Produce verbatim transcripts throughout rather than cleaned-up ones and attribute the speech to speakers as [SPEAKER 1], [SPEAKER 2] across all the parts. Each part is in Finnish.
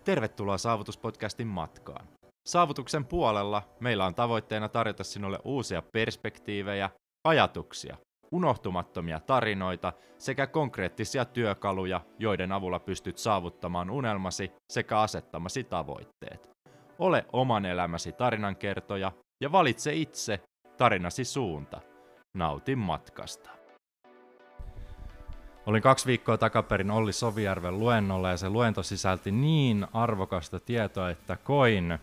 [SPEAKER 1] Tervetuloa Saavutuspodcastin matkaan. Saavutuksen puolella meillä on tavoitteena tarjota sinulle uusia perspektiivejä, ajatuksia, unohtumattomia tarinoita sekä konkreettisia työkaluja, joiden avulla pystyt saavuttamaan unelmasi sekä asettamasi tavoitteet. Ole oman elämäsi tarinankertoja ja valitse itse tarinasi suunta. Nauti matkasta. Olin kaksi viikkoa takaperin Olli Sovijärven luennolla ja se luento sisälti niin arvokasta tietoa, että koin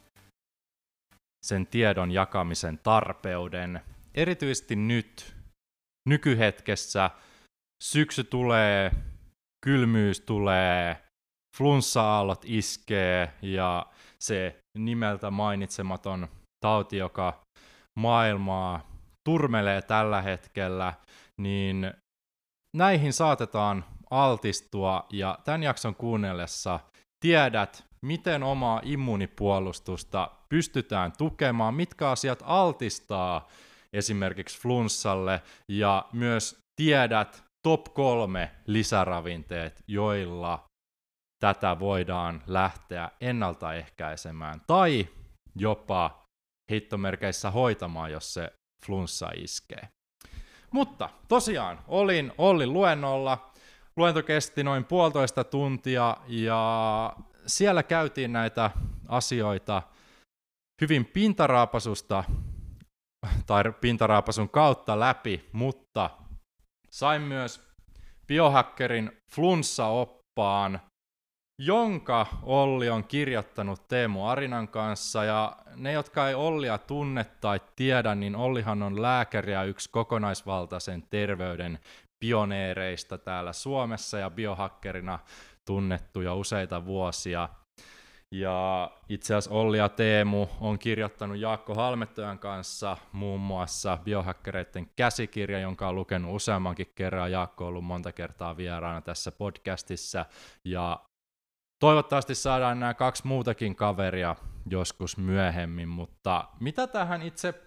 [SPEAKER 1] sen tiedon jakamisen tarpeuden. Erityisesti nyt, nykyhetkessä, syksy tulee, kylmyys tulee, flunssa-aallot iskee ja se nimeltä mainitsematon tauti, joka maailmaa turmelee tällä hetkellä, niin näihin saatetaan altistua ja tämän jakson kuunnellessa tiedät, miten omaa immuunipuolustusta pystytään tukemaan, mitkä asiat altistaa esimerkiksi flunssalle ja myös tiedät top kolme lisäravinteet, joilla tätä voidaan lähteä ennaltaehkäisemään tai jopa heittomerkeissä hoitamaan, jos se flunssa iskee. Mutta tosiaan, olin Ollin luennolla, luento kesti noin puolitoista tuntia ja siellä käytiin näitä asioita hyvin pintaraapasusta tai pintaraapasun kautta läpi, mutta sain myös biohackerin flunssa-oppaan, jonka Olli on kirjoittanut Teemu Arinan kanssa, ja ne, jotka ei Ollia tunne tai tiedä, niin Ollihan on lääkäri ja yksi kokonaisvaltaisen terveyden pioneereista täällä Suomessa ja biohackerina tunnettu jo useita vuosia. Ja itse asiassa Olli ja Teemu on kirjoittanut Jaakko Halmettojan kanssa muun muassa biohackereiden käsikirja, jonka on lukenut useammankin kerran. Jaakko on ollut monta kertaa vieraana tässä podcastissa ja toivottavasti saadaan nämä kaksi muutakin kaveria joskus myöhemmin, mutta mitä tähän itse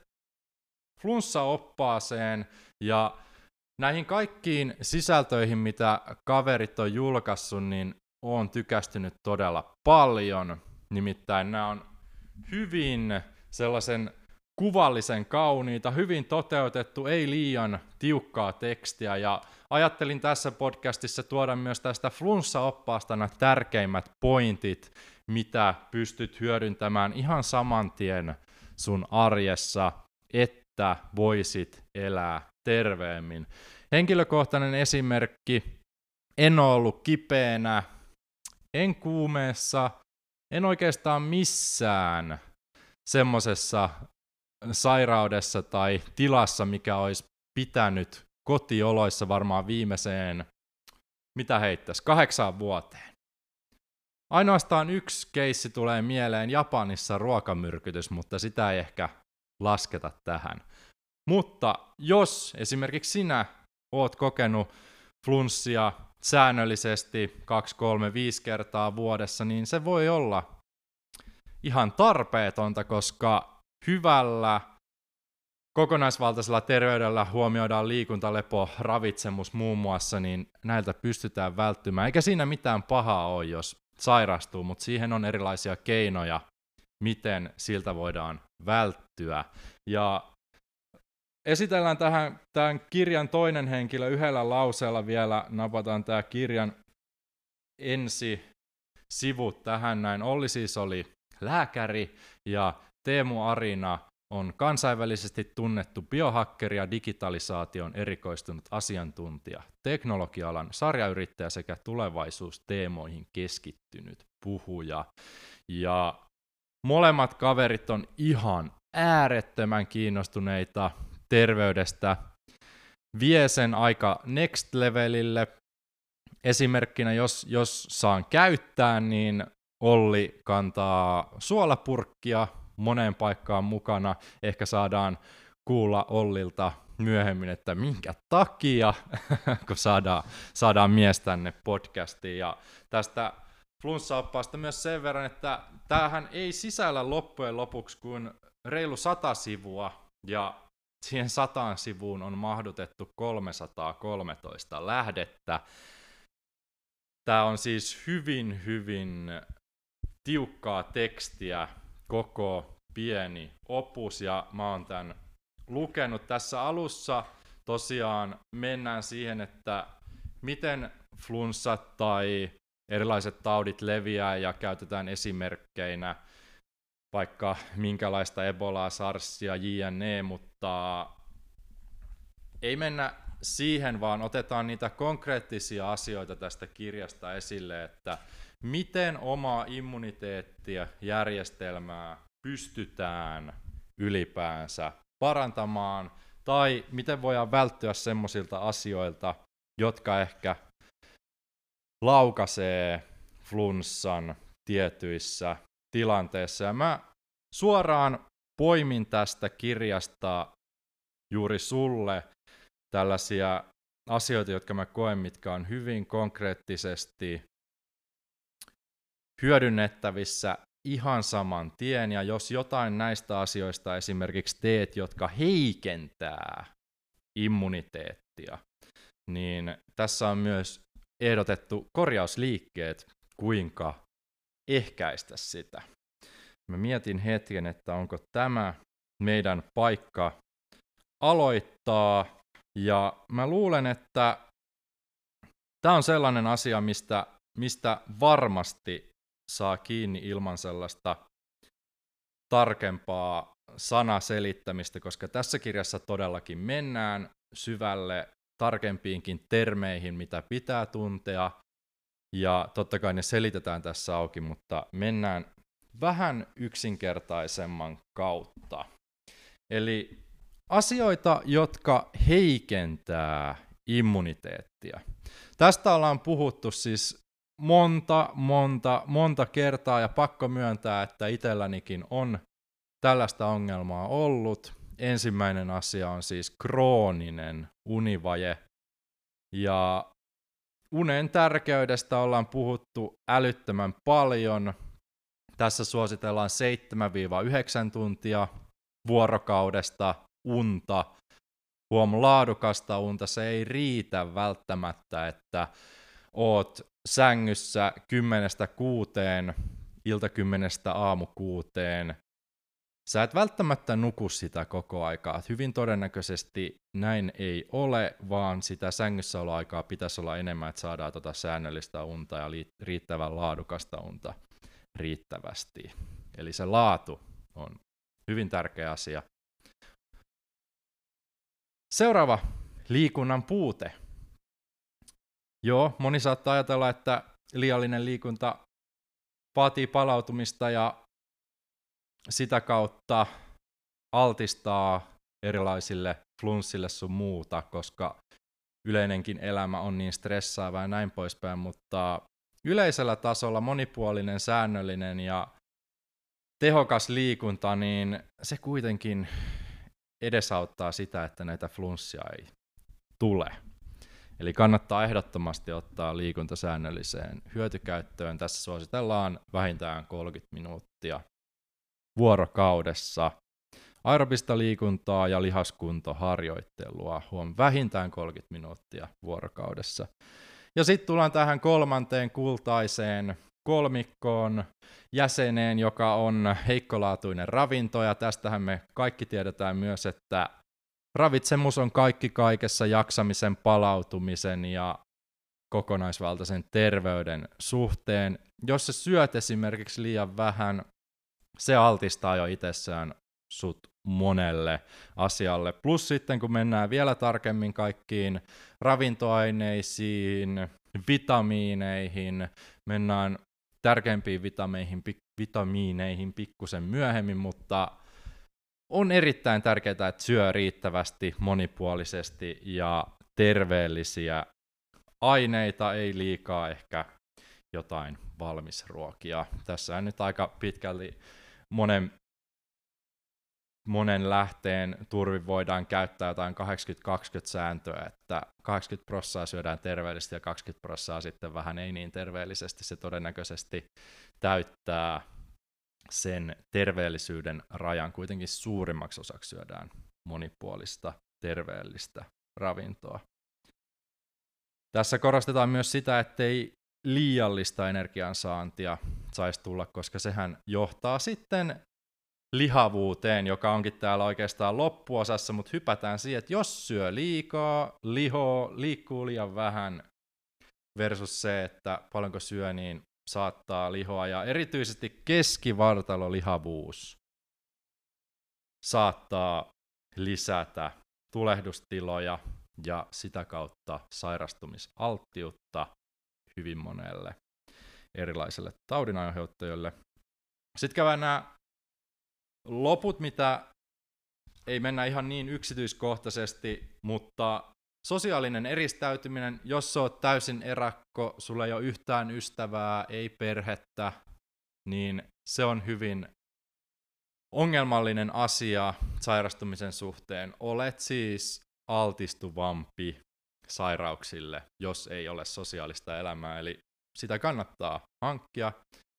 [SPEAKER 1] flunssa-oppaaseen ja näihin kaikkiin sisältöihin, mitä kaverit on julkaissut, niin olen tykästynyt todella paljon. Nimittäin nämä on hyvin sellaisen kuvallisen kauniita, hyvin toteutettu, ei liian tiukkaa tekstiä, ja ajattelin tässä podcastissa tuoda myös tästä flunssa-oppaasta nämä tärkeimmät pointit, mitä pystyt hyödyntämään ihan saman tien sun arjessa, että voisit elää terveemmin. Henkilökohtainen esimerkki, en ole ollut kipeänä, en kuumeessa, en oikeastaan missään semmosessa sairaudessa tai tilassa, mikä olisi pitänyt kotioloissa varmaan viimeiseen, mitä heittäisi, kahdeksaan vuoteen. Ainoastaan yksi keissi tulee mieleen, Japanissa ruokamyrkytys, mutta sitä ei ehkä lasketa tähän. Mutta jos esimerkiksi sinä oot kokenut flunssia säännöllisesti kaksi, kolme, viisi kertaa vuodessa, niin se voi olla ihan tarpeetonta, koska hyvällä kokonaisvaltaisella terveydellä huomioidaan liikunta, lepo, ravitsemus muun muassa, niin näiltä pystytään välttymään. Eikä siinä mitään pahaa ole, jos sairastuu, mutta siihen on erilaisia keinoja, miten siltä voidaan välttyä. Ja esitellään tähän tämän kirjan toinen henkilö yhdellä lauseella vielä, napataan tämä kirjan ensi sivut tähän näin. Olli siis oli lääkäri ja Teemu Arina on kansainvälisesti tunnettu biohakkeri ja digitalisaation erikoistunut asiantuntija, teknologia-alan sarjayrittäjä sekä tulevaisuusteemoihin keskittynyt puhuja. Ja molemmat kaverit on ihan äärettömän kiinnostuneita terveydestä, vie sen aika next levelille. Esimerkkinä, jos, jos saan käyttää, niin Olli kantaa suolapurkkia moneen paikkaan mukana. Ehkä saadaan kuulla Ollilta myöhemmin, että minkä takia, kun saadaan, saadaan mies tänne podcastiin. Ja tästä flunssa-oppaasta myös sen verran, että tämähän ei sisällä loppujen lopuksi kuin reilu sata sivua, ja siihen sataan sivuun on mahdutettu kolmesataakolmetoista lähdettä. Tämä on siis hyvin, hyvin tiukkaa tekstiä, koko pieni opus, ja mä oon tän lukenut. Tässä alussa tosiaan mennään siihen, että miten flunssat tai erilaiset taudit leviää, ja käytetään esimerkkeinä vaikka minkälaista Ebolaa, SARSia, jne, mutta ei mennä siihen, vaan otetaan niitä konkreettisia asioita tästä kirjasta esille, että miten omaa immuniteettia, järjestelmää pystytään ylipäänsä parantamaan, tai miten voidaan välttyä semmoisilta asioilta, jotka ehkä laukaisee flunssan tietyissä tilanteissa. Ja mä suoraan poimin tästä kirjasta juuri sulle tällaisia asioita, jotka mä koen, mitkä on hyvin konkreettisesti hyödynnettävissä ihan saman tien, ja jos jotain näistä asioista esimerkiksi teet, jotka heikentää immuniteettia, niin tässä on myös ehdotettu korjausliikkeet, kuinka ehkäistä sitä. Mä mietin hetken, että onko tämä meidän paikka aloittaa, ja mä luulen, että tämä on sellainen asia, mistä, mistä varmasti saa kiinni ilman sellaista tarkempaa sanaselittämistä, koska tässä kirjassa todellakin mennään syvälle tarkempiinkin termeihin, mitä pitää tuntea, ja totta kai ne selitetään tässä auki, mutta mennään vähän yksinkertaisemman kautta. Eli asioita, jotka heikentää immuniteettia. Tästä ollaan puhuttu siis monta, monta, monta kertaa, ja pakko myöntää, että itsellänikin on tällaista ongelmaa ollut. Ensimmäinen asia on siis krooninen univaje, ja unen tärkeydestä ollaan puhuttu älyttömän paljon. Tässä suositellaan seitsemän yhdeksän tuntia vuorokaudesta unta. Huom, laadukasta unta, se ei riitä välttämättä, että oot sängyssä kymmenestä kuuteen, ilta kymmenestä aamu kuuteen. Sä et välttämättä nuku sitä koko aikaa. Hyvin todennäköisesti näin ei ole, vaan sitä sängyssäoloaikaa pitäisi olla enemmän, että saadaan tota säännöllistä unta ja riittävän laadukasta unta riittävästi. Eli se laatu on hyvin tärkeä asia. Seuraava, liikunnan puute. Joo, moni saattaa ajatella, että liiallinen liikunta vaatii palautumista ja sitä kautta altistaa erilaisille flunssille sun muuta, koska yleinenkin elämä on niin stressaavaa ja näin poispäin, mutta yleisellä tasolla monipuolinen, säännöllinen ja tehokas liikunta, niin se kuitenkin edesauttaa sitä, että näitä flunssia ei tule. Eli kannattaa ehdottomasti ottaa liikunta säännölliseen hyötykäyttöön. Tässä suositellaan vähintään kolmekymmentä minuuttia vuorokaudessa aerobista liikuntaa ja lihaskuntoharjoittelua. Huom, vähintään kolmekymmentä minuuttia vuorokaudessa. Ja sitten tullaan tähän kolmanteen kultaiseen kolmikkoon jäseneen, joka on heikkolaatuinen ravinto, ja tästähän me kaikki tiedetään myös, että ravitsemus on kaikki kaikessa jaksamisen, palautumisen ja kokonaisvaltaisen terveyden suhteen. Jos sä syöt esimerkiksi liian vähän, se altistaa jo itsessään sut monelle asialle. Plus sitten kun mennään vielä tarkemmin kaikkiin ravintoaineisiin, vitamiineihin, mennään tärkeimpiin vitameihin, vitamiineihin pikkusen myöhemmin, mutta on erittäin tärkeää, että syö riittävästi, monipuolisesti ja terveellisiä aineita, ei liikaa ehkä jotain valmisruokia. Tässä on nyt aika pitkälti monen, monen lähteen turvin voidaan käyttää jotain kahdeksankymmentä kaksikymmentä sääntöä, että kahdeksankymmentä prosenttia syödään terveellisesti ja kaksikymmentä prosenttia sitten vähän ei niin terveellisesti. Se todennäköisesti täyttää sen terveellisyyden rajan. Kuitenkin suurimmaksi osaksi syödään monipuolista, terveellistä ravintoa. Tässä korostetaan myös sitä, ettei liiallista energiansaantia saisi tulla, koska sehän johtaa sitten lihavuuteen, joka onkin täällä oikeastaan loppuosassa, mutta hypätään siihen, että jos syö liikaa, liho, liikkuu liian vähän versus se, että paljonko syö, niin saattaa lihoa, ja erityisesti keskivartalolihavuus saattaa lisätä tulehdustiloja ja sitä kautta sairastumisalttiutta hyvin monelle erilaiselle taudinaiheuttajille. Sitten käydään nämä loput, mitä ei mennä ihan niin yksityiskohtaisesti, mutta sosiaalinen eristäytyminen, jos sä oot täysin erakko, sulla ei ole yhtään ystävää, ei perhettä, niin se on hyvin ongelmallinen asia sairastumisen suhteen. Olet siis altistuvampi sairauksille, jos ei ole sosiaalista elämää, eli sitä kannattaa hankkia.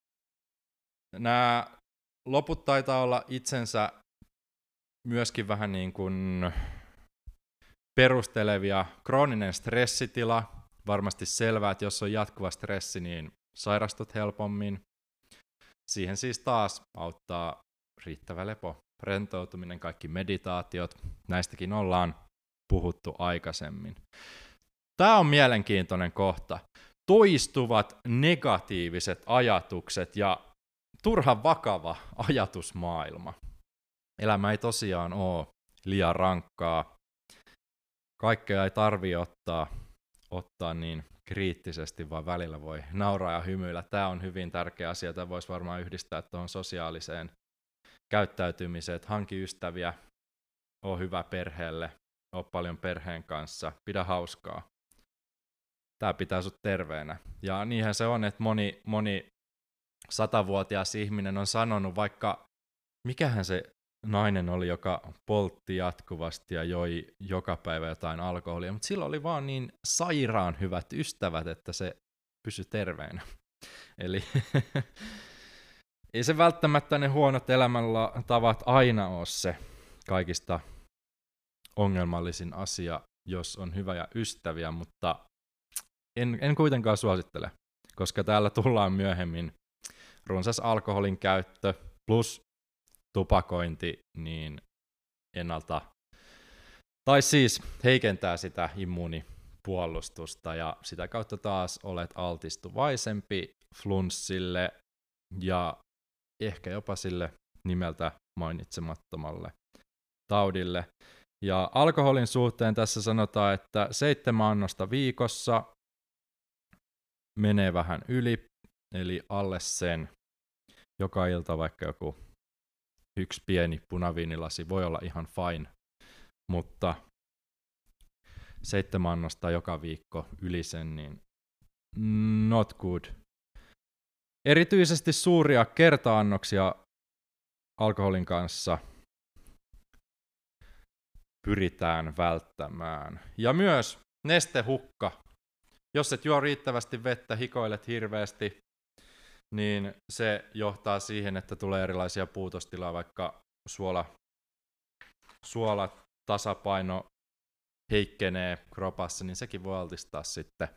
[SPEAKER 1] Nämä loput taitaa olla itsensä myöskin vähän niin kuin perustelevia. Krooninen stressitila, varmasti selvää, että jos on jatkuva stressi, niin sairastut helpommin. Siihen siis taas auttaa riittävä lepo, rentoutuminen, kaikki meditaatiot. Näistäkin ollaan puhuttu aikaisemmin. Tämä on mielenkiintoinen kohta. Toistuvat negatiiviset ajatukset ja turhan vakava ajatusmaailma. Elämä ei tosiaan ole liian rankkaa. Kaikkea ei tarvitse ottaa, ottaa niin kriittisesti, vaan välillä voi nauraa ja hymyillä. Tämä on hyvin tärkeä asia. Tämä voisi varmaan yhdistää tuohon sosiaaliseen käyttäytymiseen, että hanki ystäviä, ole hyvä perheelle, ole paljon perheen kanssa, pidä hauskaa. Tämä pitää sut terveenä. Ja niinhän se on, että moni, moni satavuotias ihminen on sanonut, vaikka mikähän se nainen oli, joka poltti jatkuvasti ja joi joka päivä jotain alkoholia, mutta sillä oli vaan niin sairaan hyvät ystävät, että se pysyi terveenä. Eli ei se välttämättä ne huonot elämäntavat aina ole se kaikista ongelmallisin asia, jos on hyviä ystäviä, mutta en, en kuitenkaan suosittele, koska täällä tullaan myöhemmin runsas alkoholin käyttö plus tupakointi niin ennalta, tai siis heikentää sitä immuunipuolustusta ja sitä kautta taas olet altistuvaisempi flunssille ja ehkä jopa sille nimeltä mainitsemattomalle taudille. Ja alkoholin suhteen tässä sanotaan, että seitsemän annosta viikossa menee vähän yli, eli alle sen joka ilta vaikka joku yksi pieni punaviinilasi voi olla ihan fine, mutta seitsemän annosta joka viikko yli sen, niin not good. Erityisesti suuria kerta-annoksia alkoholin kanssa pyritään välttämään. Ja myös nestehukka. Jos et juo riittävästi vettä, hikoilet hirveästi, niin se johtaa siihen, että tulee erilaisia puutostilaa, vaikka suola, suolatasapaino heikkenee kropassa, niin sekin voi altistaa sitten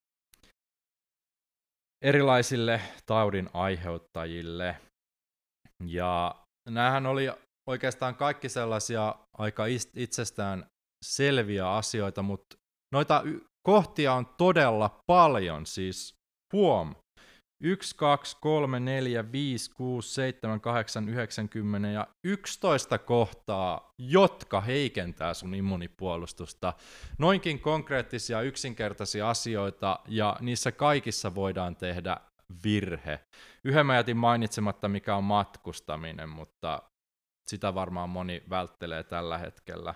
[SPEAKER 1] erilaisille taudin aiheuttajille. Ja näähän oli oikeastaan kaikki sellaisia aika itsestään selviä asioita, mutta noita kohtia on todella paljon, siis huom. yksi, kaksi, kolme, neljä, viisi, kuusi, seitsemän, kahdeksan, yhdeksän, kymmenen ja yksitoista kohtaa, jotka heikentää sun immunipuolustusta. Noinkin konkreettisia, yksinkertaisia asioita, ja niissä kaikissa voidaan tehdä virhe. Yhden mä jätin mainitsematta, mikä on matkustaminen, mutta sitä varmaan moni välttelee tällä hetkellä.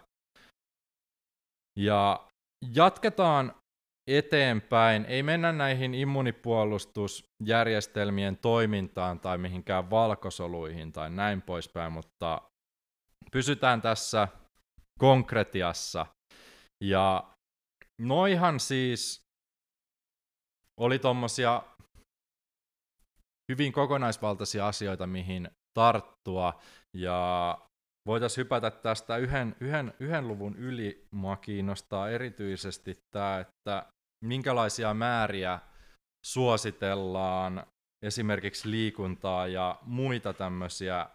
[SPEAKER 1] Ja jatketaan eteenpäin. Ei mennä näihin immunipuolustusjärjestelmien toimintaan tai mihinkään valkosoluihin tai näin poispäin, mutta pysytään tässä konkretiassa. Ja noihan siis oli tommosia hyvin kokonaisvaltaisia asioita, mihin tarttua, ja voitaisiin hypätä tästä yhden, yhden, yhden luvun yli. Mua kiinnostaa erityisesti tämä, että minkälaisia määriä suositellaan esimerkiksi liikuntaa ja muita tämmöisiä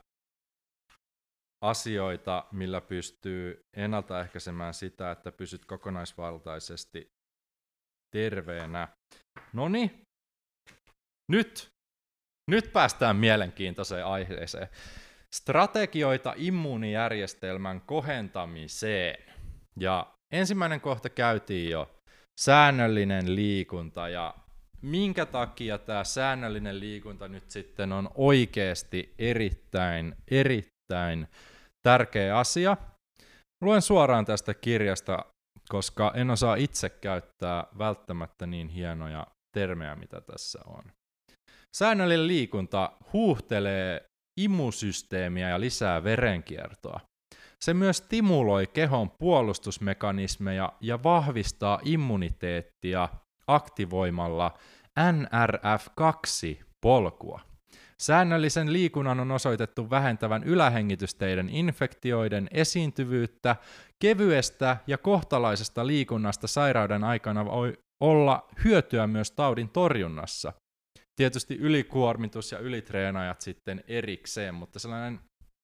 [SPEAKER 1] asioita, millä pystyy ennaltaehkäisemään sitä, että pysyt kokonaisvaltaisesti terveenä. Noniin, nyt, nyt päästään mielenkiintoiseen aiheeseen. Strategioita immuunijärjestelmän kohentamiseen. Ja ensimmäinen kohta käytiin jo, säännöllinen liikunta, ja minkä takia tämä säännöllinen liikunta nyt sitten on oikeasti erittäin, erittäin tärkeä asia. Luen suoraan tästä kirjasta, koska en osaa itse käyttää välttämättä niin hienoja termejä, mitä tässä on. Säännöllinen liikunta huuhtelee immusysteemiä ja lisää verenkiertoa. Se myös stimuloi kehon puolustusmekanismeja ja vahvistaa immuniteettia aktivoimalla N R F kaksi -polkua. Säännöllisen liikunnan on osoitettu vähentävän ylähengitysteiden infektioiden esiintyvyyttä. Kevyestä ja kohtalaisesta liikunnasta sairauden aikana voi olla hyötyä myös taudin torjunnassa. Tietysti ylikuormitus ja ylitreenaajat sitten erikseen, mutta sellainen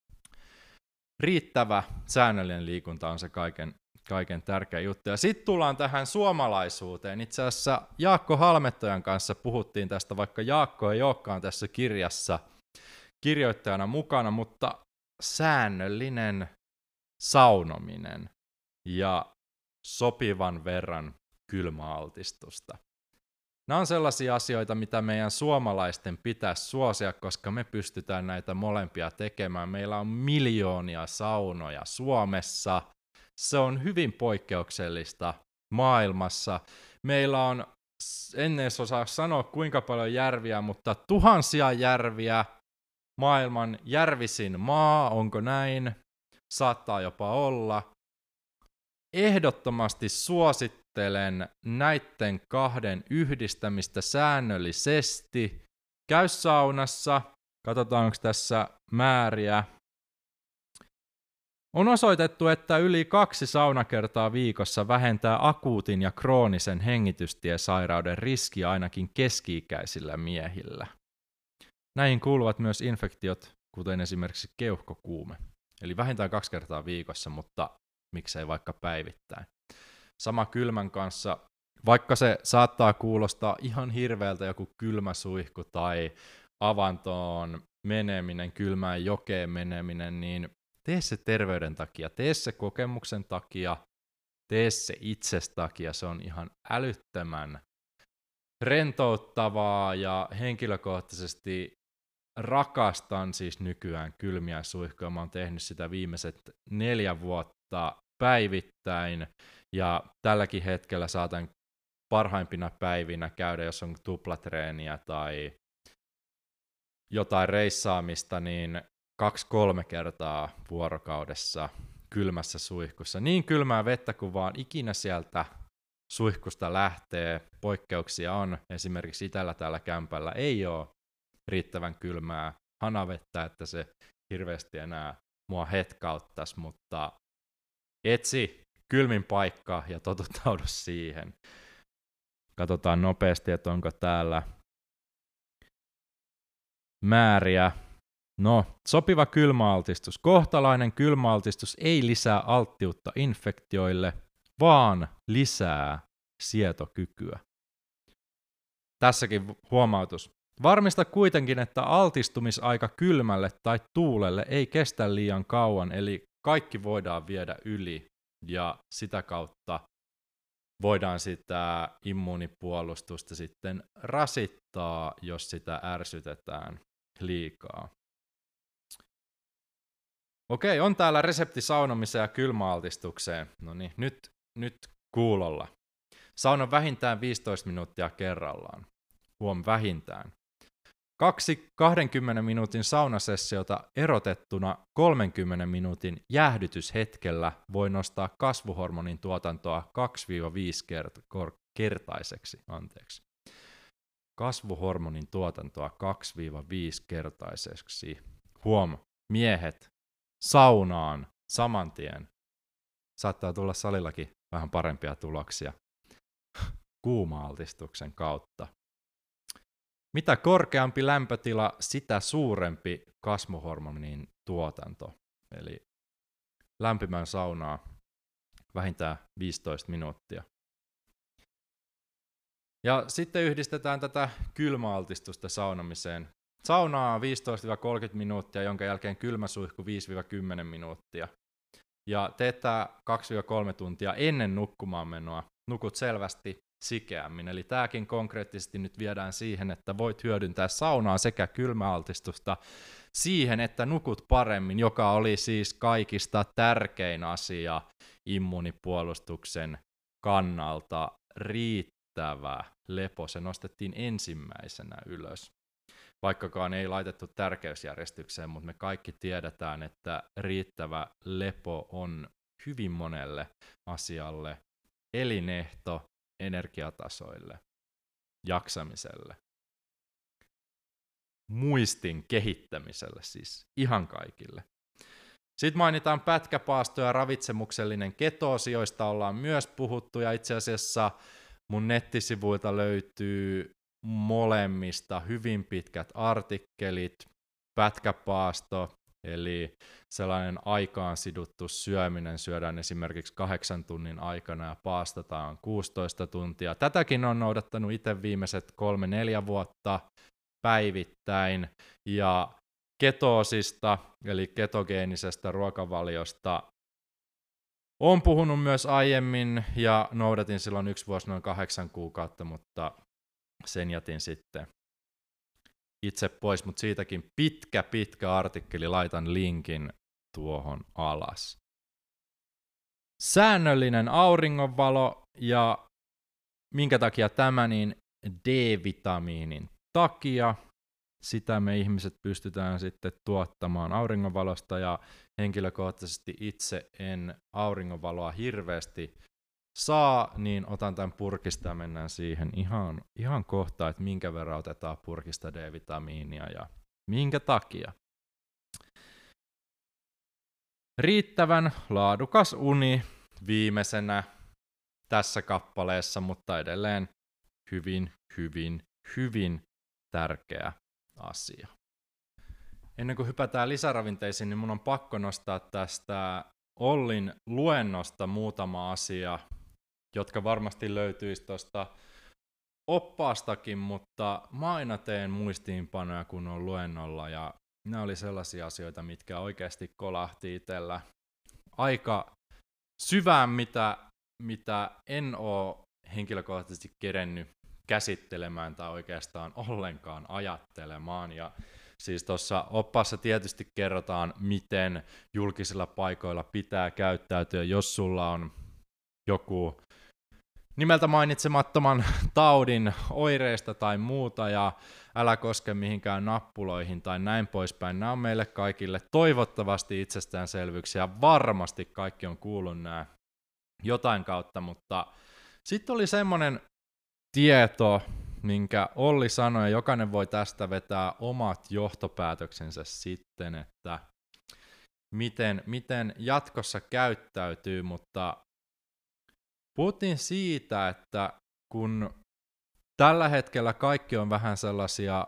[SPEAKER 1] riittävä säännöllinen liikunta on se kaiken, kaiken tärkeä juttu. Ja sitten tullaan tähän suomalaisuuteen. Itse asiassa Jaakko Halmettojan kanssa puhuttiin tästä, vaikka Jaakko ei olekaan tässä kirjassa kirjoittajana mukana, mutta säännöllinen saunominen ja sopivan verran kylmäaltistusta. Nämä on sellaisia asioita, mitä meidän suomalaisten pitäisi suosia, koska me pystytään näitä molempia tekemään. Meillä on miljoonia saunoja Suomessa. Se on hyvin poikkeuksellista maailmassa. Meillä on, en edes osaa sanoa kuinka paljon järviä, mutta tuhansia järviä. Maailman järvisin maa, onko näin? Saattaa jopa olla. Ehdottomasti suosittelen näiden kahden yhdistämistä säännöllisesti. Käy saunassa, katsotaan onko tässä määriä. On osoitettu, että yli kaksi saunakertaa viikossa vähentää akuutin ja kroonisen hengitystiesairauden riskiä ainakin keski-ikäisillä miehillä. Näihin kuuluvat myös infektiot, kuten esimerkiksi keuhkokuume. Eli vähintään kaksi kertaa viikossa, mutta miksei vaikka päivittäin. Sama kylmän kanssa, vaikka se saattaa kuulostaa ihan hirveältä joku kylmä suihku tai avantoon meneminen, kylmään jokeen meneminen, niin tee se terveyden takia, tee se kokemuksen takia, tee se itses takia, se on ihan älyttömän rentouttavaa ja henkilökohtaisesti rakastan siis nykyään kylmiä suihkuja. Mä oon tehnyt sitä viimeiset neljä vuotta päivittäin ja tälläkin hetkellä saatan parhaimpina päivinä käydä, jos on tuplatreeniä tai jotain reissaamista, niin kaksi-kolme kertaa vuorokaudessa kylmässä suihkussa. Niin kylmää vettä kuin vaan ikinä sieltä suihkusta lähtee. Poikkeuksia on. Esimerkiksi itsellä täällä kämpällä ei ole riittävän kylmää hanavettä, että se hirveästi enää mua hetkauttaisi, mutta etsi kylmin paikka ja totuttaudu siihen. Katsotaan nopeasti, että onko täällä määriä. No, sopiva kylmäaltistus. Kohtalainen kylmäaltistus ei lisää alttiutta infektioille, vaan lisää sietokykyä. Tässäkin huomautus. Varmista kuitenkin, että altistumisaika kylmälle tai tuulelle ei kestä liian kauan, eli kaikki voidaan viedä yli ja sitä kautta voidaan sitä immuunipuolustusta sitten rasittaa, jos sitä ärsytetään liikaa. Okei, on täällä resepti saunomiseen ja kylmäaltistukseen. No niin, nyt, nyt kuulolla. Sauna vähintään viisitoista minuuttia kerrallaan. Huom, vähintään. Kaksi kahdenkymmenen minuutin saunasessiota erotettuna kolmenkymmenen minuutin jäähdytyshetkellä voi nostaa kasvuhormonin tuotantoa kaksi-viisi kertaiseksi. Anteeksi. Kasvuhormonin tuotantoa kaksi-viisi kertaiseksi. Huom, miehet, saunaan saman tien. Saattaa tulla salillakin vähän parempia tuloksia kuuma-altistuksen kautta. Mitä korkeampi lämpötila, sitä suurempi kasvuhormonin tuotanto. Eli lämpimään saunaa vähintään viisitoista minuuttia. Ja sitten yhdistetään tätä kylmäaltistusta saunamiseen. Saunaa viisitoista kolmekymmentä minuuttia, jonka jälkeen kylmäsuihku viisi kymmenen minuuttia. Ja teet tää kaksi kolme tuntia ennen nukkumaan menoa. Nukut selvästi sikeämmin. Eli tääkin konkreettisesti nyt viedään siihen, että voit hyödyntää saunaa sekä kylmäaltistusta siihen, että nukut paremmin, joka oli siis kaikista tärkein asia immuunipuolustuksen kannalta. Riittävä lepo, se nostettiin ensimmäisenä ylös. Vaikkakaan ei laitettu tärkeysjärjestykseen, mutta me kaikki tiedetään, että riittävä lepo on hyvin monelle asialle elinehto energiatasoille, jaksamiselle, muistin kehittämiselle, siis ihan kaikille. Sitten mainitaan pätkäpaasto ja ravitsemuksellinen ketoosi, joista ollaan myös puhuttu, ja itse asiassa mun nettisivuilta löytyy molemmista hyvin pitkät artikkelit. Pätkäpaasto, eli sellainen aikaan siduttu syöminen, syödään esimerkiksi kahdeksan tunnin aikana ja paastataan kuusitoista tuntia. Tätäkin on noudattanut itse viimeiset kolme neljä vuotta päivittäin, ja ketoosista, eli ketogeenisestä ruokavaliosta, olen puhunut myös aiemmin, ja noudatin silloin yksi vuosi noin kahdeksan kuukautta, mutta sen jätin sitten itse pois, mutta siitäkin pitkä, pitkä artikkeli, laitan linkin tuohon alas. Säännöllinen auringonvalo, ja minkä takia tämä, niin D-vitamiinin takia. Sitä me ihmiset pystytään sitten tuottamaan auringonvalosta, ja henkilökohtaisesti itse en auringonvaloa hirveästi saa, niin otan tämän purkista ja mennään siihen ihan, ihan kohta, että minkä verran otetaan purkista D-vitamiinia ja minkä takia. Riittävän laadukas uni viimeisenä tässä kappaleessa, mutta edelleen hyvin, hyvin, hyvin tärkeä asia. Ennen kuin hypätään lisäravinteisiin, niin mun on pakko nostaa tästä Ollin luennosta muutama asia, jotka varmasti löytyisi tuosta oppaastakin, mutta mä aina teen muistiinpanoja, kun on luennolla, ja nämä oli sellaisia asioita, mitkä oikeasti kolahti itsellä aika syvään, mitä, mitä en ole henkilökohtaisesti kerennyt käsittelemään tai oikeastaan ollenkaan ajattelemaan. Ja siis tuossa oppaassa tietysti kerrotaan, miten julkisilla paikoilla pitää käyttäytyä, jos sulla on joku nimeltä mainitsemattoman taudin oireista tai muuta, ja älä koske mihinkään nappuloihin tai näin poispäin. Nämä on meille kaikille toivottavasti itsestäänselvyyksiä. Varmasti kaikki on kuullut nämä jotain kautta, mutta sitten oli semmoinen tieto, minkä Olli sanoi, ja jokainen voi tästä vetää omat johtopäätöksensä sitten, että miten, miten jatkossa käyttäytyy, mutta puhuttiin siitä, että kun tällä hetkellä kaikki on vähän sellaisia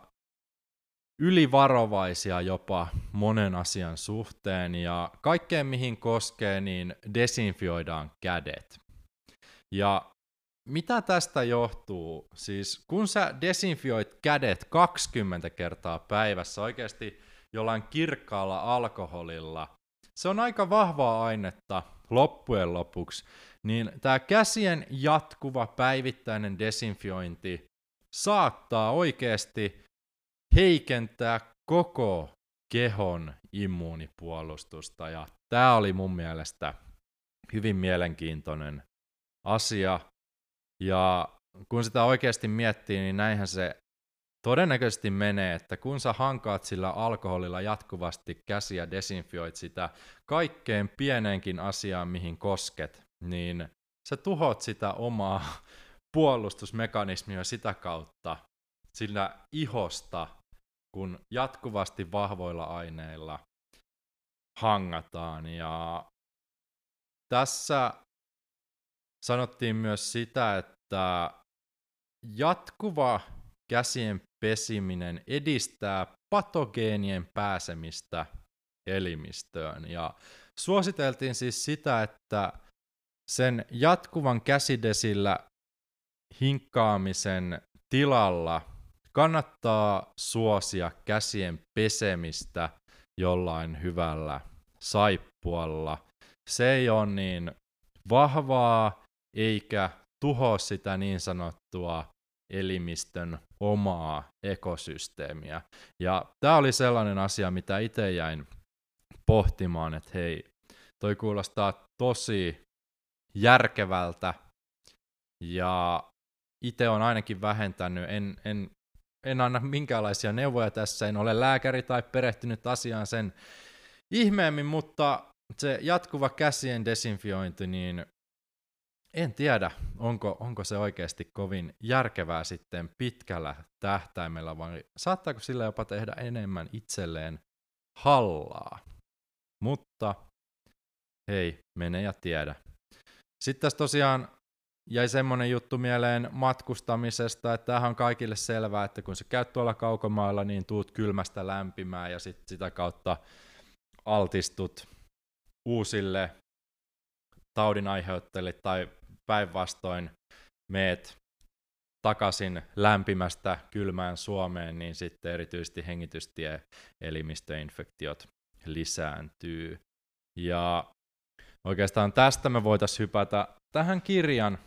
[SPEAKER 1] ylivarovaisia jopa monen asian suhteen, ja kaikkeen mihin koskee, niin desinfioidaan kädet. Ja mitä tästä johtuu? Siis kun sä desinfioit kädet kaksikymmentä kertaa päivässä oikeasti jollain kirkkaalla alkoholilla, se on aika vahvaa ainetta loppujen lopuksi, niin tämä käsien jatkuva päivittäinen desinfiointi saattaa oikeasti heikentää koko kehon immuunipuolustusta, ja tämä oli mun mielestä hyvin mielenkiintoinen asia. Ja kun sitä oikeasti miettii, niin näinhän se todennäköisesti menee, että kun sä hankaat sillä alkoholilla jatkuvasti käsiä, desinfioit sitä kaikkein pieneenkin asiaan, mihin kosket, niin sä tuhot sitä omaa puolustusmekanismia sitä kautta, sillä ihosta, kun jatkuvasti vahvoilla aineilla hangataan. Ja tässä sanottiin myös sitä, että jatkuva käsien pesiminen edistää patogeenien pääsemistä elimistöön. Ja suositeltiin siis sitä, että sen jatkuvan käsidesillä hinkkaamisen tilalla kannattaa suosia käsien pesemistä jollain hyvällä saippualla. Se ei ole niin vahvaa eikä tuhoa sitä niin sanottua elimistön omaa ekosysteemiä. Ja tämä oli sellainen asia, mitä itse jäin pohtimaan, että hei, toi kuulostaa tosi järkevältä ja itse on ainakin vähentänyt, en, en, en anna minkäänlaisia neuvoja tässä, en ole lääkäri tai perehtynyt asiaan sen ihmeemmin, mutta se jatkuva käsien desinfiointi, niin en tiedä, onko, onko se oikeasti kovin järkevää sitten pitkällä tähtäimellä, vai saattaako sillä jopa tehdä enemmän itselleen hallaa. Mutta hei, mene ja tiedä. Sitten tässä tosiaan jäi semmoinen juttu mieleen matkustamisesta, että tämähän on kaikille selvää, että kun sä käyt tuolla kaukomailla, niin tuut kylmästä lämpimään ja sit sitä kautta altistut uusille taudin aiheuttajille tai päinvastoin meet takaisin lämpimästä kylmään Suomeen, niin sitten erityisesti hengitystie-elimistöinfektiot lisääntyy. Ja oikeastaan tästä me voitaisiin hypätä tähän kirjan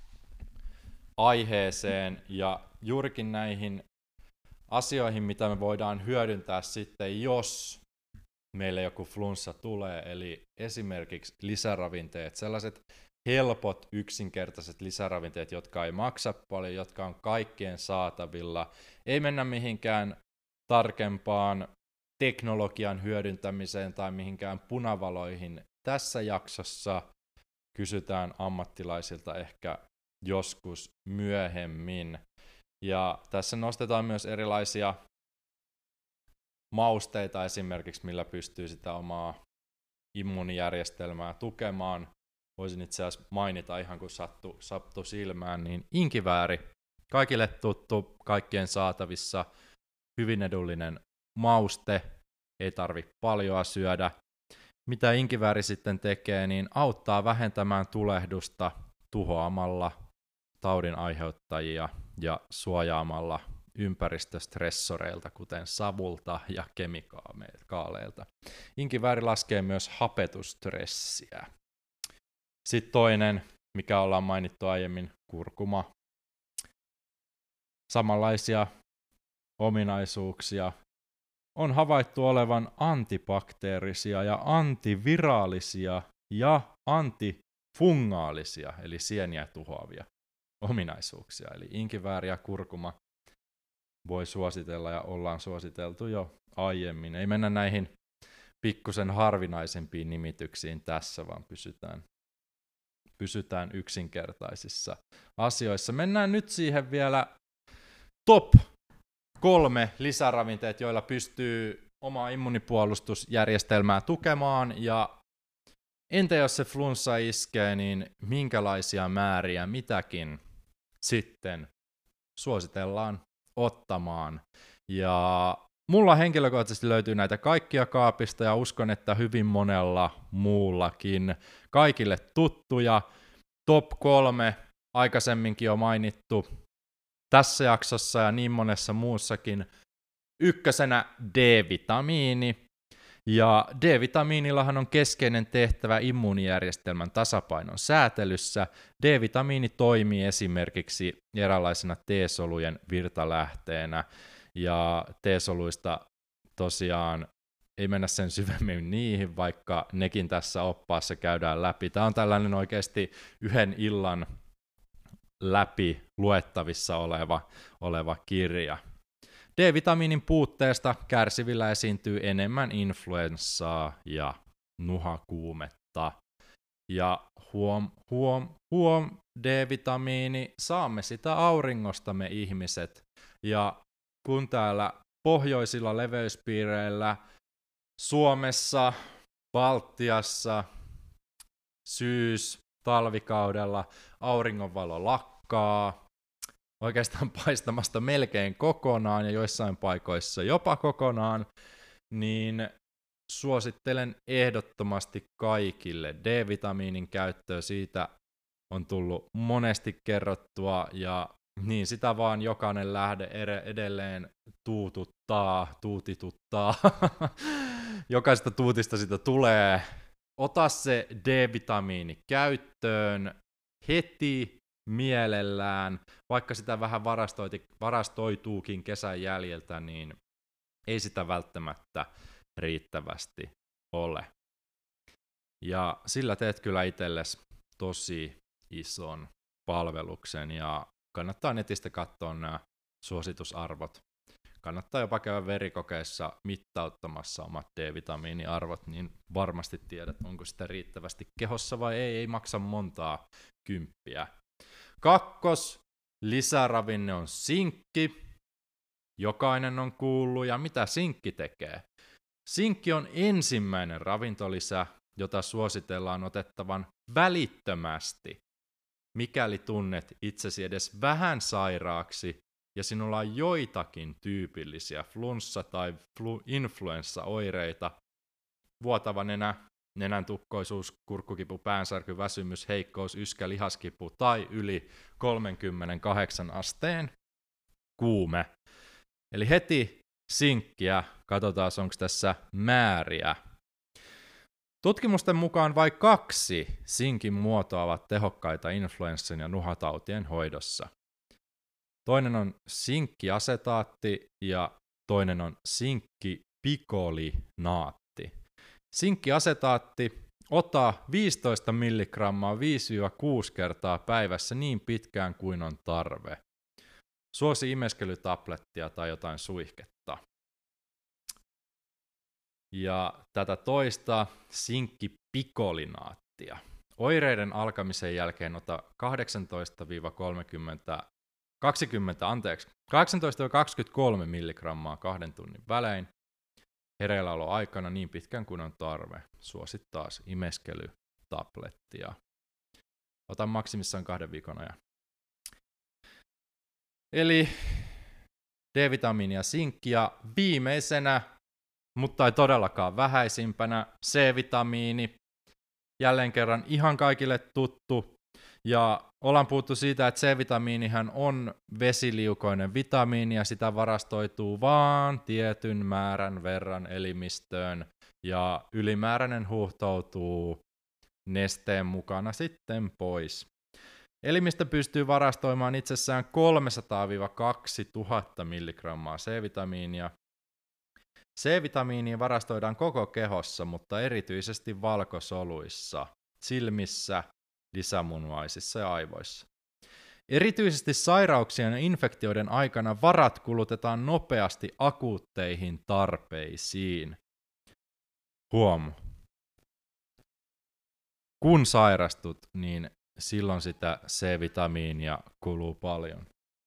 [SPEAKER 1] aiheeseen ja juurikin näihin asioihin, mitä me voidaan hyödyntää sitten, jos meille joku flunssa tulee, eli esimerkiksi lisäravinteet, sellaiset helpot, yksinkertaiset lisäravinteet, jotka ei maksa paljon, jotka on kaikkien saatavilla. Ei mennä mihinkään tarkempaan teknologian hyödyntämiseen tai mihinkään punavaloihin. Tässä jaksossa kysytään ammattilaisilta ehkä joskus myöhemmin. Ja tässä nostetaan myös erilaisia mausteita esimerkiksi, millä pystyy sitä omaa immuunijärjestelmää tukemaan. Voisin itse asiassa mainita ihan kun sattu, sattu silmään, niin inkivääri, kaikille tuttu, kaikkien saatavissa, hyvin edullinen mauste, ei tarvitse paljoa syödä. Mitä inkivääri sitten tekee, niin auttaa vähentämään tulehdusta tuhoamalla taudin aiheuttajia ja suojaamalla ympäristöstressoreilta, kuten savulta ja kemikaaleilta. Inkivääri laskee myös hapetusstressiä. Sitten toinen, mikä ollaan mainittu aiemmin, kurkuma. Samanlaisia ominaisuuksia on havaittu olevan antibakteerisia ja antiviraalisia ja antifungaalisia, eli sieniä tuhoavia ominaisuuksia. Eli inkivääri ja kurkuma voi suositella ja ollaan suositeltu jo aiemmin. Ei mennä näihin pikkusen harvinaisempiin nimityksiin tässä, vaan pysytään, pysytään yksinkertaisissa asioissa. Mennään nyt siihen vielä top kolme lisäravinteet, joilla pystyy omaa immunipuolustusjärjestelmää tukemaan. Ja entä jos se flunssa iskee, niin minkälaisia määriä mitäkin sitten suositellaan ottamaan. Ja mulla henkilökohtaisesti löytyy näitä kaikkia kaapista ja uskon, että hyvin monella muullakin. Kaikille tuttuja. Top kolme, aikaisemminkin jo mainittu tässä jaksossa ja niin monessa muussakin. Ykkösenä D-vitamiini. Ja D-vitamiinillahan on keskeinen tehtävä immuunijärjestelmän tasapainon säätelyssä. D-vitamiini toimii esimerkiksi eräänlaisena T-solujen virtalähteenä. Ja T-soluista tosiaan ei mennä sen syvemmin niihin, vaikka nekin tässä oppaassa käydään läpi. Tämä on tällainen oikeasti yhden illan läpi luettavissa oleva, oleva kirja. D-vitamiinin puutteesta kärsivillä esiintyy enemmän influenssaa ja nuhakuumetta. Ja huom, huom, huom, D-vitamiini, saamme sitä auringosta me ihmiset. Ja kun täällä pohjoisilla leveyspiireillä Suomessa, Baltiassa, syys, talvikaudella auringonvalo lakkaa, oikeastaan paistamasta melkein kokonaan ja joissain paikoissa jopa kokonaan, niin suosittelen ehdottomasti kaikille D-vitamiinin käyttöä. Siitä on tullut monesti kerrottua ja niin sitä vaan jokainen lähde edelleen tuututtaa, tuutituttaa. Jokaisesta tuutista sitä tulee. Ota se D-vitamiini käyttöön heti mielellään, vaikka sitä vähän varastoituukin kesän jäljiltä, niin ei sitä välttämättä riittävästi ole. Ja sillä teet kyllä itsellesi tosi ison palveluksen ja kannattaa netistä katsoa nämä suositusarvot. Kannattaa jopa käydä verikokeissa mittauttamassa omat D-vitamiiniarvot, niin varmasti tiedät, onko sitä riittävästi kehossa vai ei, ei maksa montaa kymppiä. Kakkos, lisäravinne on sinkki. Jokainen on kuullut, ja mitä sinkki tekee? Sinkki on ensimmäinen ravintolisä, jota suositellaan otettavan välittömästi, mikäli tunnet itsesi edes vähän sairaaksi ja sinulla on joitakin tyypillisiä flunssa- tai flu- influenssaoireita, vuotava nenä, nenän tukkoisuus, kurkkukipu, päänsärky, väsymys, heikkous, yskä, lihaskipu tai yli kolmekymmentäkahdeksan asteen kuume. Eli heti sinkkiä, katsotaan onko tässä määriä. Tutkimusten mukaan vain kaksi sinkin muotoa ovat tehokkaita influenssan ja nuhatautien hoidossa. Toinen on sinkkiasetaatti ja toinen on sinkkipikolinaatti. Sinkkiasetaatti ota viisitoista milligrammaa viisi kuusi kertaa päivässä niin pitkään kuin on tarve. Suosi imeskelytablettia tai jotain suihketta. Ja tätä toista sinkkipikolinaattia. Oireiden alkamisen jälkeen ota kahdeksantoista kolmekymmentä, kaksikymmentä, anteeksi, kahdeksantoista kaksikymmentäkolme milligrammaa kahden tunnin välein hereilläolo aikana niin pitkään kuin on tarve. Suosit taas imeskelytablettia. Ota maksimissaan kahden viikon ajan. Eli D-vitamiini ja sinkki ja viimeisenä, mutta ei todellakaan vähäisimpänä, C-vitamiini. Jälleen kerran ihan kaikille tuttu. Ja ollaan puhuttu siitä, että C-vitamiinihän on vesiliukoinen vitamiini ja sitä varastoituu vaan tietyn määrän verran elimistöön. Ja ylimääräinen huuhtoutuu nesteen mukana sitten pois. Elimistö pystyy varastoimaan itsessään kolmesataa kaksituhatta milligrammaa C-vitamiinia. C-vitamiinia varastoidaan koko kehossa, mutta erityisesti valkosoluissa, silmissä, lisämunuaisissa ja aivoissa. Erityisesti sairauksien ja infektioiden aikana varat kulutetaan nopeasti akuutteihin tarpeisiin. Huom. Kun sairastut, niin silloin sitä C-vitamiinia kuluu paljon.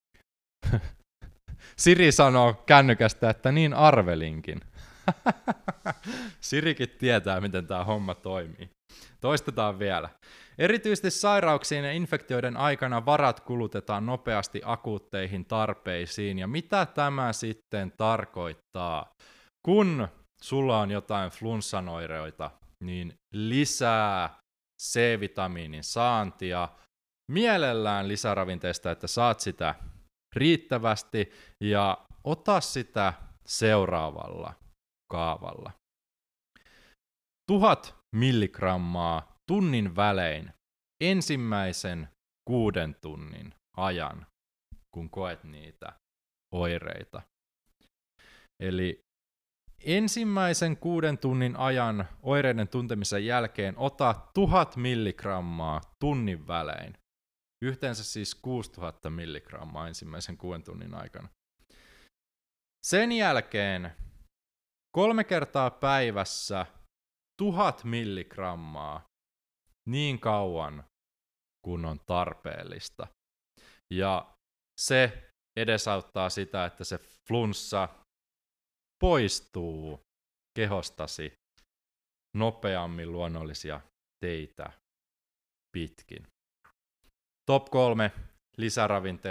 [SPEAKER 1] Siri sanoo kännykästä, että niin arvelinkin. Sirikin tietää, miten tämä homma toimii. Toistetaan vielä. Erityisesti sairauksien ja infektioiden aikana varat kulutetaan nopeasti akuutteihin tarpeisiin. Ja mitä tämä sitten tarkoittaa? Kun sulla on jotain flunssanoireita, niin lisää C-vitamiinin saantia. Mielellään lisäravinteista, että saat sitä riittävästi ja ota sitä seuraavalla kaavalla. Tuhat milligrammaa tunnin välein ensimmäisen kuuden tunnin ajan, kun koet niitä oireita. Eli ensimmäisen kuuden tunnin ajan oireiden tuntemisen jälkeen ota tuhat milligrammaa tunnin välein. Yhteensä siis kuusituhatta milligrammaa ensimmäisen kuuden tunnin aikana. Sen jälkeen kolme kertaa päivässä tuhat milligrammaa niin kauan kun on tarpeellista. Ja se edesauttaa sitä, että se flunssa poistuu kehostasi nopeammin luonnollisia teitä pitkin. Top kolme lisäravinteet,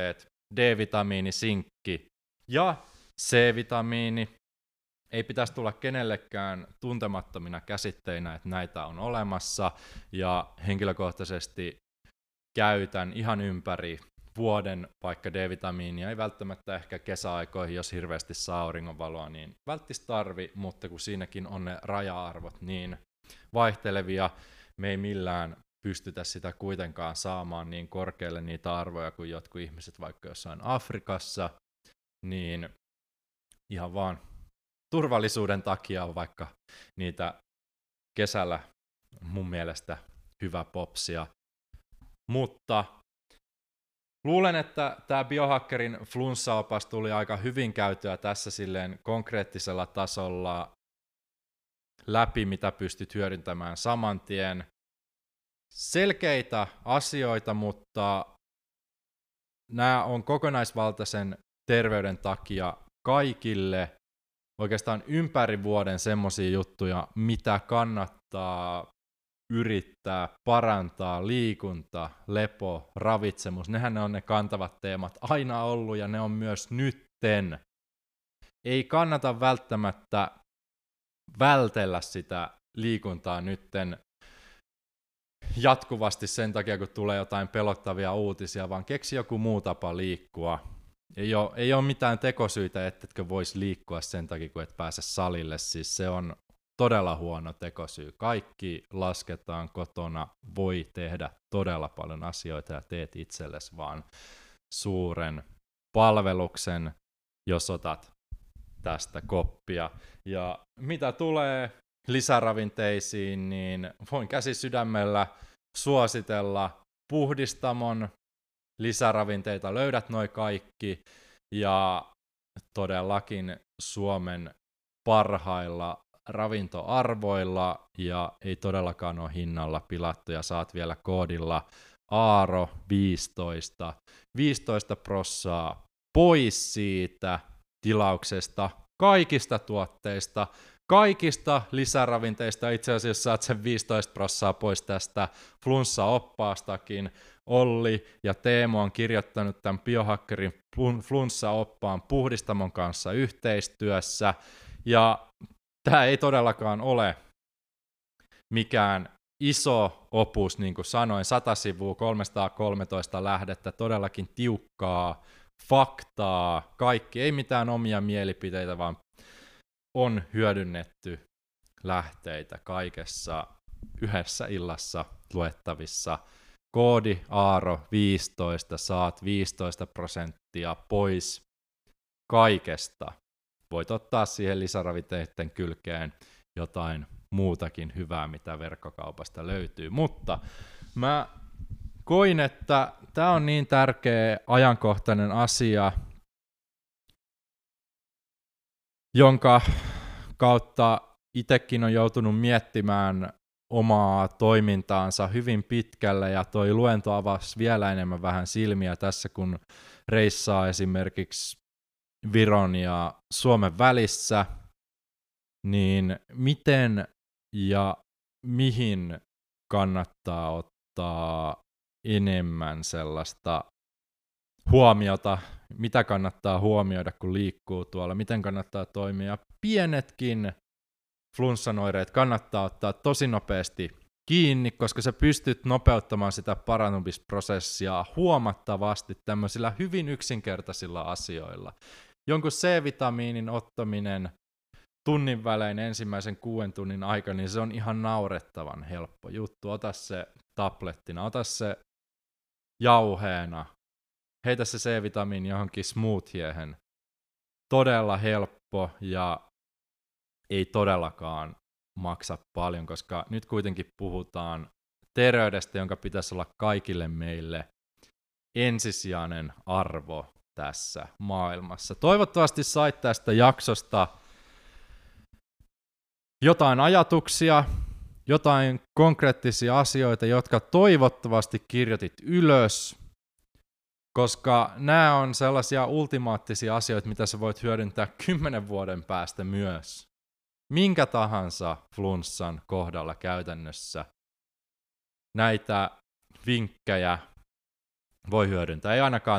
[SPEAKER 1] D-vitamiini, sinkki ja C-vitamiini. Ei pitäisi tulla kenellekään tuntemattomina käsitteinä, että näitä on olemassa, ja henkilökohtaisesti käytän ihan ympäri vuoden vaikka D-vitamiinia, ei välttämättä ehkä kesäaikoihin, jos hirveästi saa auringonvaloa, niin välttis tarvi, mutta kun siinäkin on ne raja-arvot niin vaihtelevia, me ei millään pystytä sitä kuitenkaan saamaan niin korkealle niitä arvoja kuin jotkut ihmiset vaikka jossain Afrikassa, niin ihan vaan turvallisuuden takia on vaikka niitä kesällä mun mielestä hyvä popsia. Mutta luulen, että tämä Biohackerin flunssaopas tuli aika hyvin käytyä tässä silleen konkreettisella tasolla läpi, mitä pystyt hyödyntämään saman tien. Selkeitä asioita, mutta nämä on kokonaisvaltaisen terveyden takia kaikille oikeastaan ympäri vuoden semmoisia juttuja, mitä kannattaa yrittää parantaa: liikunta, lepo, ravitsemus. Nehän ne on ne kantavat teemat aina ollut ja ne on myös nytten. Ei kannata välttämättä vältellä sitä liikuntaa nytten jatkuvasti sen takia, kun tulee jotain pelottavia uutisia, vaan keksi joku muu tapa liikkua. Ei ole, ei ole mitään tekosyitä, ettetkö voisi liikkua sen takia, kun et pääse salille. Siis se on todella huono tekosyy. Kaikki lasketaan kotona, voi tehdä todella paljon asioita ja teet itsellesi vaan suuren palveluksen, jos otat tästä koppia. Ja mitä tulee lisäravinteisiin, niin voin käsi sydämellä suositella Puhdistamon lisäravinteita. Löydät noi kaikki ja todellakin Suomen parhailla ravintoarvoilla ja ei todellakaan ole hinnalla pilattu ja saat vielä koodilla Aaro viisitoista, viisitoista prossaa pois siitä tilauksesta, kaikista tuotteista, kaikista lisäravinteista. Itse asiassa saat sen viisitoista prossaa pois tästä flunssa-oppaastakin. Olli ja Teemu on kirjoittanut tämän Biohackerin flunssa-oppaan Puhdistamon kanssa yhteistyössä, ja tämä ei todellakaan ole mikään iso opus, niin kuin sanoin, sata sivua, kolmesataakolmetoista lähdettä, todellakin tiukkaa faktaa, kaikki, ei mitään omia mielipiteitä, vaan on hyödynnetty lähteitä kaikessa yhdessä illassa luettavissa. Koodi Aaro viisitoista, saat viisitoista prosenttia pois kaikesta. Voit ottaa siihen lisäravinteiden kylkeen jotain muutakin hyvää, mitä verkkokaupasta löytyy. Mutta mä koin, että tämä on niin tärkeä ajankohtainen asia, jonka kautta itsekin on joutunut miettimään omaa toimintaansa hyvin pitkälle, ja toi luento avasi vielä enemmän vähän silmiä tässä, kun reissaa esimerkiksi Viron ja Suomen välissä, niin miten ja mihin kannattaa ottaa enemmän sellaista huomiota, mitä kannattaa huomioida, kun liikkuu tuolla, miten kannattaa toimia. Pienetkin flunssanoireet kannattaa ottaa tosi nopeasti kiinni, koska sä pystyt nopeuttamaan sitä parantumisprosessia huomattavasti tämmöisillä hyvin yksinkertaisilla asioilla. Jonkun C-vitamiinin ottaminen tunnin välein ensimmäisen kuuden tunnin aikana, niin se on ihan naurettavan helppo juttu. Ota se tablettina, ota se jauheena, heitä se C-vitamiini johonkin smoothiehen. Todella helppo ja ei todellakaan maksa paljon, koska nyt kuitenkin puhutaan terveydestä, jonka pitäisi olla kaikille meille ensisijainen arvo tässä maailmassa. Toivottavasti sait tästä jaksosta jotain ajatuksia, jotain konkreettisia asioita, jotka toivottavasti kirjoitit ylös, koska nämä on sellaisia ultimaattisia asioita, mitä sä voit hyödyntää kymmenen vuoden päästä myös. Minkä tahansa flunssan kohdalla käytännössä näitä vinkkejä voi hyödyntää. Ei ainakaan tämän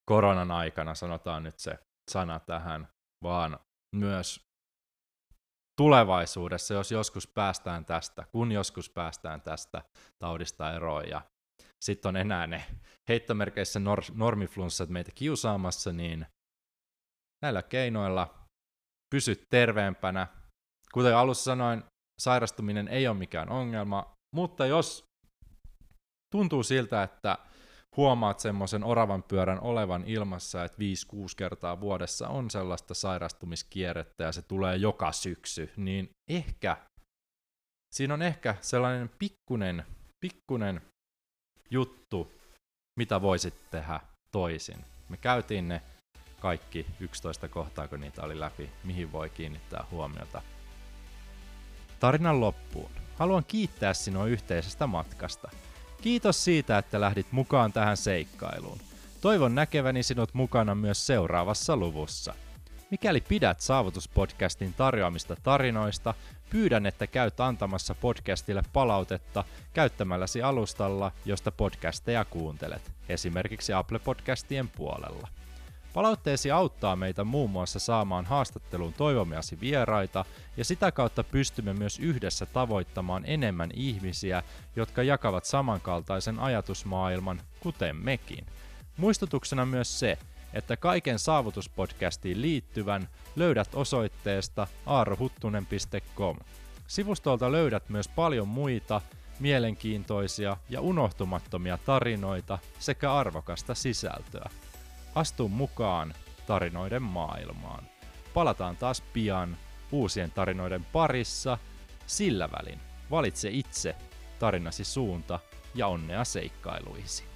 [SPEAKER 1] koronan aikana, sanotaan nyt se sana tähän, vaan myös tulevaisuudessa, jos joskus päästään tästä, kun joskus päästään tästä taudista eroon ja sitten on enää ne heittomerkeissä nor- normiflunssat meitä kiusaamassa, niin näillä keinoilla pysy terveempänä. Kuten alussa sanoin, sairastuminen ei ole mikään ongelma, mutta jos tuntuu siltä, että huomaat semmoisen oravan pyörän olevan ilmassa, että viisi kuusi kertaa vuodessa on sellaista sairastumiskierrettä ja se tulee joka syksy, niin ehkä, siinä on ehkä sellainen pikkunen, pikkunen juttu, mitä voisit tehdä toisin. Me käytiin ne kaikki yksitoista kohtaa, kun niitä oli läpi, mihin voi kiinnittää huomiota. Tarinan loppuun. Haluan kiittää sinua yhteisestä matkasta. Kiitos siitä, että lähdit mukaan tähän seikkailuun. Toivon näkeväni sinut mukana myös seuraavassa luvussa. Mikäli pidät Saavutuspodcastin tarjoamista tarinoista, pyydän, että käyt antamassa podcastille palautetta käyttämälläsi alustalla, josta podcasteja kuuntelet, esimerkiksi Apple-podcastien puolella. Palautteesi auttaa meitä muun muassa saamaan haastatteluun toivomiasi vieraita, ja sitä kautta pystymme myös yhdessä tavoittamaan enemmän ihmisiä, jotka jakavat samankaltaisen ajatusmaailman, kuten mekin. Muistutuksena myös se, että kaiken Saavutuspodcastiin liittyvän löydät osoitteesta aarohuttunen piste com. Sivustolta löydät myös paljon muita mielenkiintoisia ja unohtumattomia tarinoita sekä arvokasta sisältöä. Astu mukaan tarinoiden maailmaan. Palataan taas pian uusien tarinoiden parissa. Sillä välin valitse itse tarinasi suunta ja onnea seikkailuisi.